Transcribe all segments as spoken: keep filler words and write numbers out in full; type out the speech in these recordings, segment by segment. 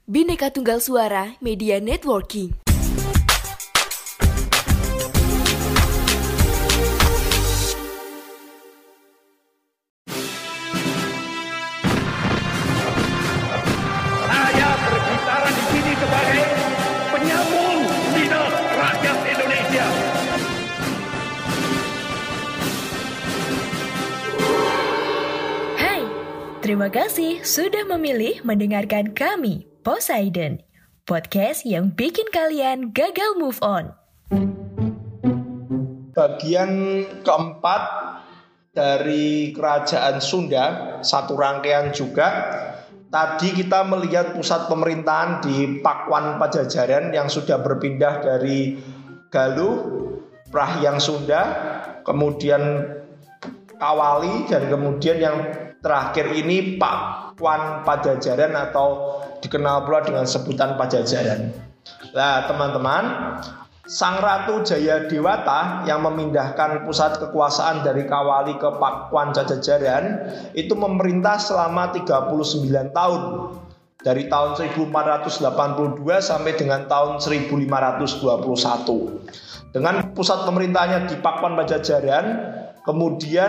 Bhinneka Tunggal Suara Media Networking. Saya berbicara di sini sebagai penyambung lidah rakyat Indonesia. Hai, terima kasih sudah memilih mendengarkan kami, Poseidon, podcast yang bikin kalian gagal move on. Bagian keempat dari Kerajaan Sunda, satu rangkaian juga. Tadi kita melihat pusat pemerintahan di Pakuan Pajajaran yang sudah berpindah dari Galuh, Prahyang Sunda, kemudian Kawali, dan kemudian yang terakhir ini Pakuan Pajajaran atau dikenal pula dengan sebutan Pajajaran. Nah, teman-teman, Sang Ratu Jayadewata yang memindahkan pusat kekuasaan dari Kawali ke Pakuan Pajajaran itu memerintah selama tiga puluh sembilan tahun, dari tahun seribu empat ratus delapan puluh dua sampai dengan tahun seribu lima ratus dua puluh satu. Dengan pusat pemerintahnya di Pakuan Pajajaran, kemudian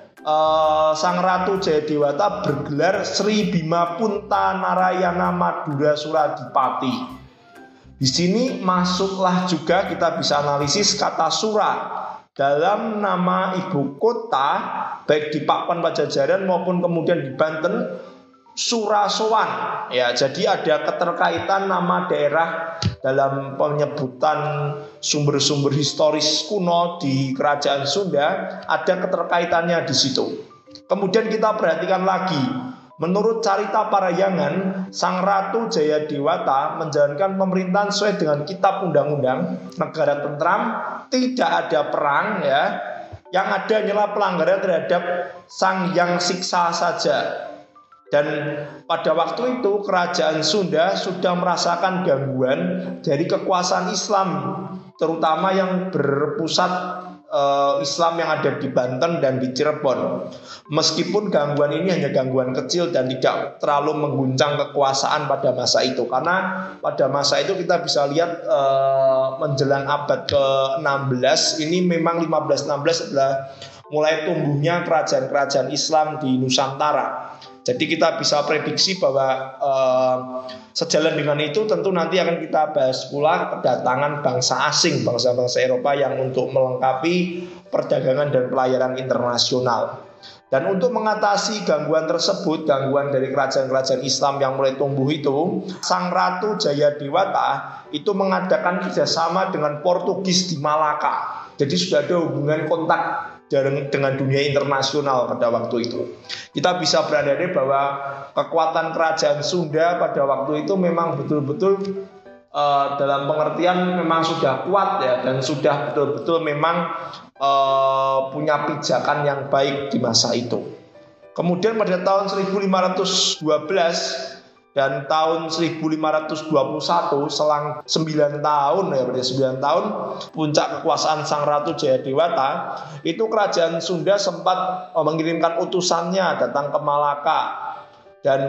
eh, Sang Ratu Jayadewata bergelar Sri Bima Punta Narayana Madura Suradipati. Di sini masuklah juga kita bisa analisis kata Sura dalam nama ibu kota, baik di Pakuan Pajajaran maupun kemudian di Banten, Surasowan. Ya, jadi ada keterkaitan nama daerah dalam penyebutan sumber-sumber historis kuno di Kerajaan Sunda, ada keterkaitannya di situ. Kemudian kita perhatikan lagi. Menurut Carita Parayangan, Sang Ratu Jayadewata menjalankan pemerintahan sesuai dengan kitab undang-undang, negara tentram, tidak ada perang, ya. Yang ada hanyalah pelanggaran terhadap Sang Hyang Siksa saja. Dan pada waktu itu kerajaan Sunda sudah merasakan gangguan dari kekuasaan Islam, terutama yang berpusat Uh, Islam yang ada di Banten dan di Cirebon. Meskipun gangguan ini hanya gangguan kecil dan tidak terlalu mengguncang kekuasaan pada masa itu, karena pada masa itu kita bisa lihat uh, menjelang abad ke enam belas ini memang lima belas enam belas adalah mulai tumbuhnya kerajaan-kerajaan Islam di Nusantara. Jadi kita bisa prediksi bahwa uh, sejalan dengan itu tentu nanti akan kita bahas pula kedatangan bangsa asing, bangsa-bangsa Eropa yang untuk melengkapi perdagangan dan pelayaran internasional. Dan untuk mengatasi gangguan tersebut, gangguan dari kerajaan-kerajaan Islam yang mulai tumbuh itu, Sang Ratu Jayadewata itu mengadakan kerjasama dengan Portugis di Malaka. Jadi sudah ada hubungan kontak dengan dunia internasional pada waktu itu. Kita bisa berandai bahwa kekuatan kerajaan Sunda pada waktu itu memang betul-betul uh, dalam pengertian memang sudah kuat, ya, dan sudah betul-betul memang uh, punya pijakan yang baik di masa itu. Kemudian pada tahun seribu lima ratus dua belas dan tahun seribu lima ratus dua puluh satu, selang sembilan tahun, ya berarti sembilan tahun puncak kekuasaan Sang Ratu Jayadewata, itu kerajaan Sunda sempat mengirimkan utusannya datang ke Malaka dan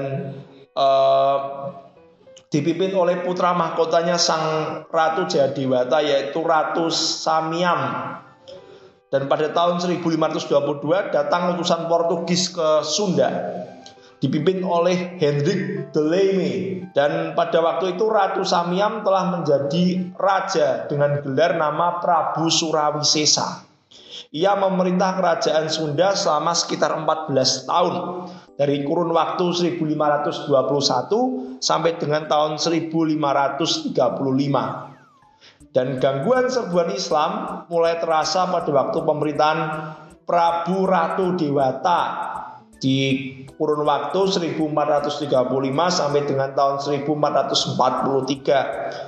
eh, dipimpin oleh putra mahkotanya Sang Ratu Jayadewata, yaitu Ratu Samiam. Dan pada tahun seribu lima ratus dua puluh dua datang utusan Portugis ke Sunda, dipimpin oleh Hendrik de Leyme, dan pada waktu itu Ratu Samiam telah menjadi raja dengan gelar nama Prabu Surawisesa. Ia memerintah kerajaan Sunda selama sekitar empat belas tahun, dari kurun waktu seribu lima ratus dua puluh satu sampai dengan tahun seribu lima ratus tiga puluh lima. Dan gangguan serbuan Islam mulai terasa pada waktu pemerintahan Prabu Ratu Dewata di kurun waktu seribu empat ratus tiga puluh lima sampai dengan tahun seribu empat ratus empat puluh tiga.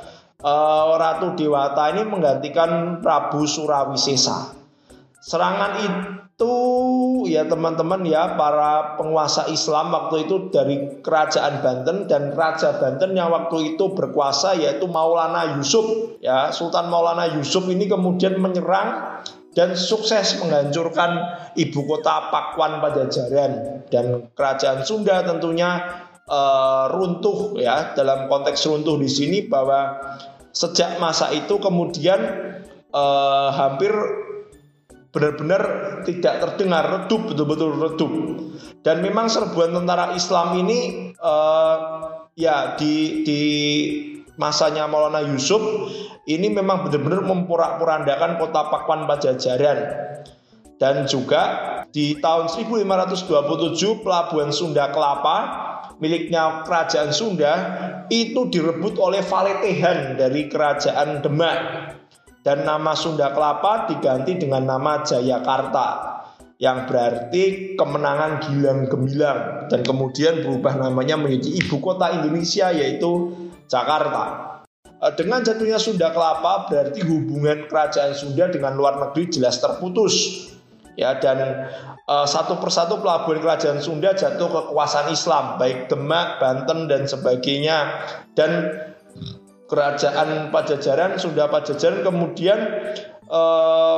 uh, Ratu Dewata ini menggantikan Prabu Surawisesa. Serangan itu, ya teman-teman, ya, para penguasa Islam waktu itu dari kerajaan Banten, dan Raja Banten yang waktu itu berkuasa yaitu Maulana Yusuf, ya, Sultan Maulana Yusuf ini kemudian menyerang dan sukses menghancurkan ibu kota Pakuan Pajajaran, dan kerajaan Sunda tentunya uh, runtuh ya, dalam konteks runtuh di sini bahwa sejak masa itu kemudian uh, hampir benar-benar tidak terdengar, redup, betul-betul redup. Dan memang serbuan tentara Islam ini uh, ya di di masanya Maulana Yusuf ini memang benar-benar memporak-porandakan kota Pakuan Pajajaran. Dan juga di tahun seribu lima ratus dua puluh tujuh pelabuhan Sunda Kelapa miliknya kerajaan Sunda itu direbut oleh Valetehan dari kerajaan Demak, dan nama Sunda Kelapa diganti dengan nama Jayakarta yang berarti kemenangan gilang gemilang, dan kemudian berubah namanya menjadi ibu kota Indonesia yaitu Jakarta. Dengan jatuhnya Sunda Kelapa berarti hubungan kerajaan Sunda dengan luar negeri jelas terputus. Ya, dan uh, satu persatu pelabuhan kerajaan Sunda jatuh ke kekuasaan Islam, baik Demak, Banten dan sebagainya. Dan kerajaan Pajajaran, Sunda Pajajaran kemudian uh,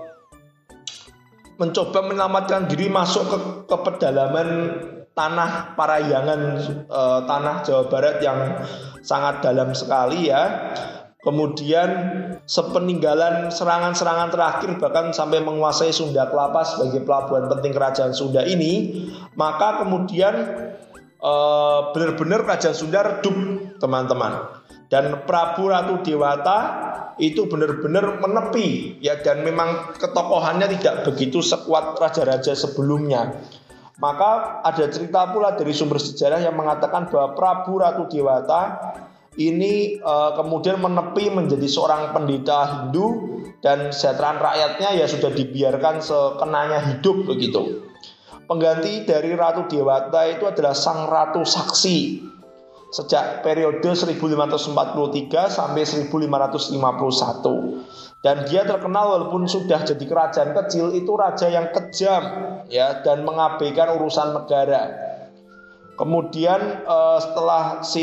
mencoba menyelamatkan diri masuk ke, ke pedalaman tanah Parayangan, uh, tanah Jawa Barat yang sangat dalam sekali ya. Kemudian sepeninggalan serangan-serangan terakhir bahkan sampai menguasai Sunda Kelapa sebagai pelabuhan penting kerajaan Sunda ini, maka kemudian eh, benar-benar kerajaan Sunda redup, teman-teman. Dan Prabu Ratu Dewata itu benar-benar menepi ya, dan memang ketokohannya tidak begitu sekuat raja-raja sebelumnya. Maka ada cerita pula dari sumber sejarah yang mengatakan bahwa Prabu Ratu Dewata ini uh, kemudian menepi menjadi seorang pendeta Hindu, dan kesejahteraan rakyatnya ya sudah dibiarkan sekenanya hidup begitu. Pengganti dari Ratu Dewata itu adalah Sang Ratu Saksi sejak periode seribu lima ratus empat puluh tiga sampai seribu lima ratus lima puluh satu. Dan dia terkenal walaupun sudah jadi kerajaan kecil, itu raja yang kejam ya, dan mengabaikan urusan negara. Kemudian uh, setelah si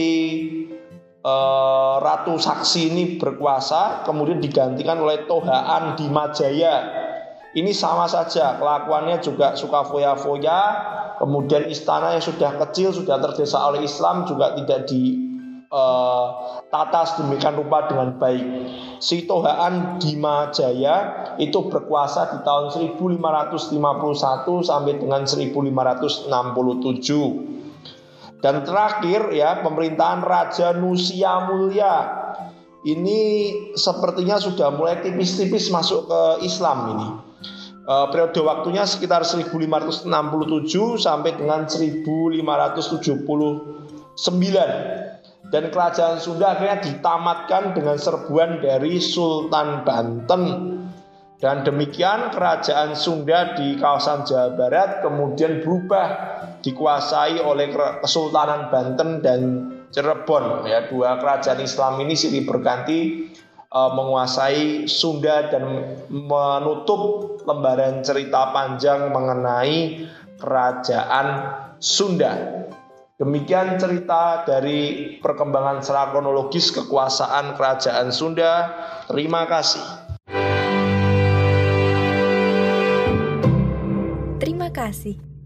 Uh, Ratu Saksi ini berkuasa, kemudian digantikan oleh Tohaan di Majaya. Ini sama saja, kelakuannya juga suka foya-foya. Kemudian istana yang sudah kecil, sudah terdesak oleh Islam juga tidak ditata uh, sedemikian rupa dengan baik. Si Tohaan di Majaya itu berkuasa di tahun seribu lima ratus lima puluh satu sampai dengan seribu lima ratus enam puluh tujuh. Dan terakhir ya, pemerintahan Raja Nusia Mulya ini sepertinya sudah mulai tipis-tipis masuk ke Islam ini. E, periode waktunya sekitar seribu lima ratus enam puluh tujuh sampai dengan seribu lima ratus tujuh puluh sembilan. Dan kerajaan Sunda akhirnya ditamatkan dengan serbuan dari Sultan Banten. Dan demikian kerajaan Sunda di kawasan Jawa Barat kemudian berubah, dikuasai oleh Kesultanan Banten dan Cirebon ya, dua kerajaan Islam ini silih berganti uh, menguasai Sunda dan menutup lembaran cerita panjang mengenai kerajaan Sunda. Demikian cerita dari perkembangan secara kronologis kekuasaan kerajaan Sunda. Terima kasih. Terima kasih.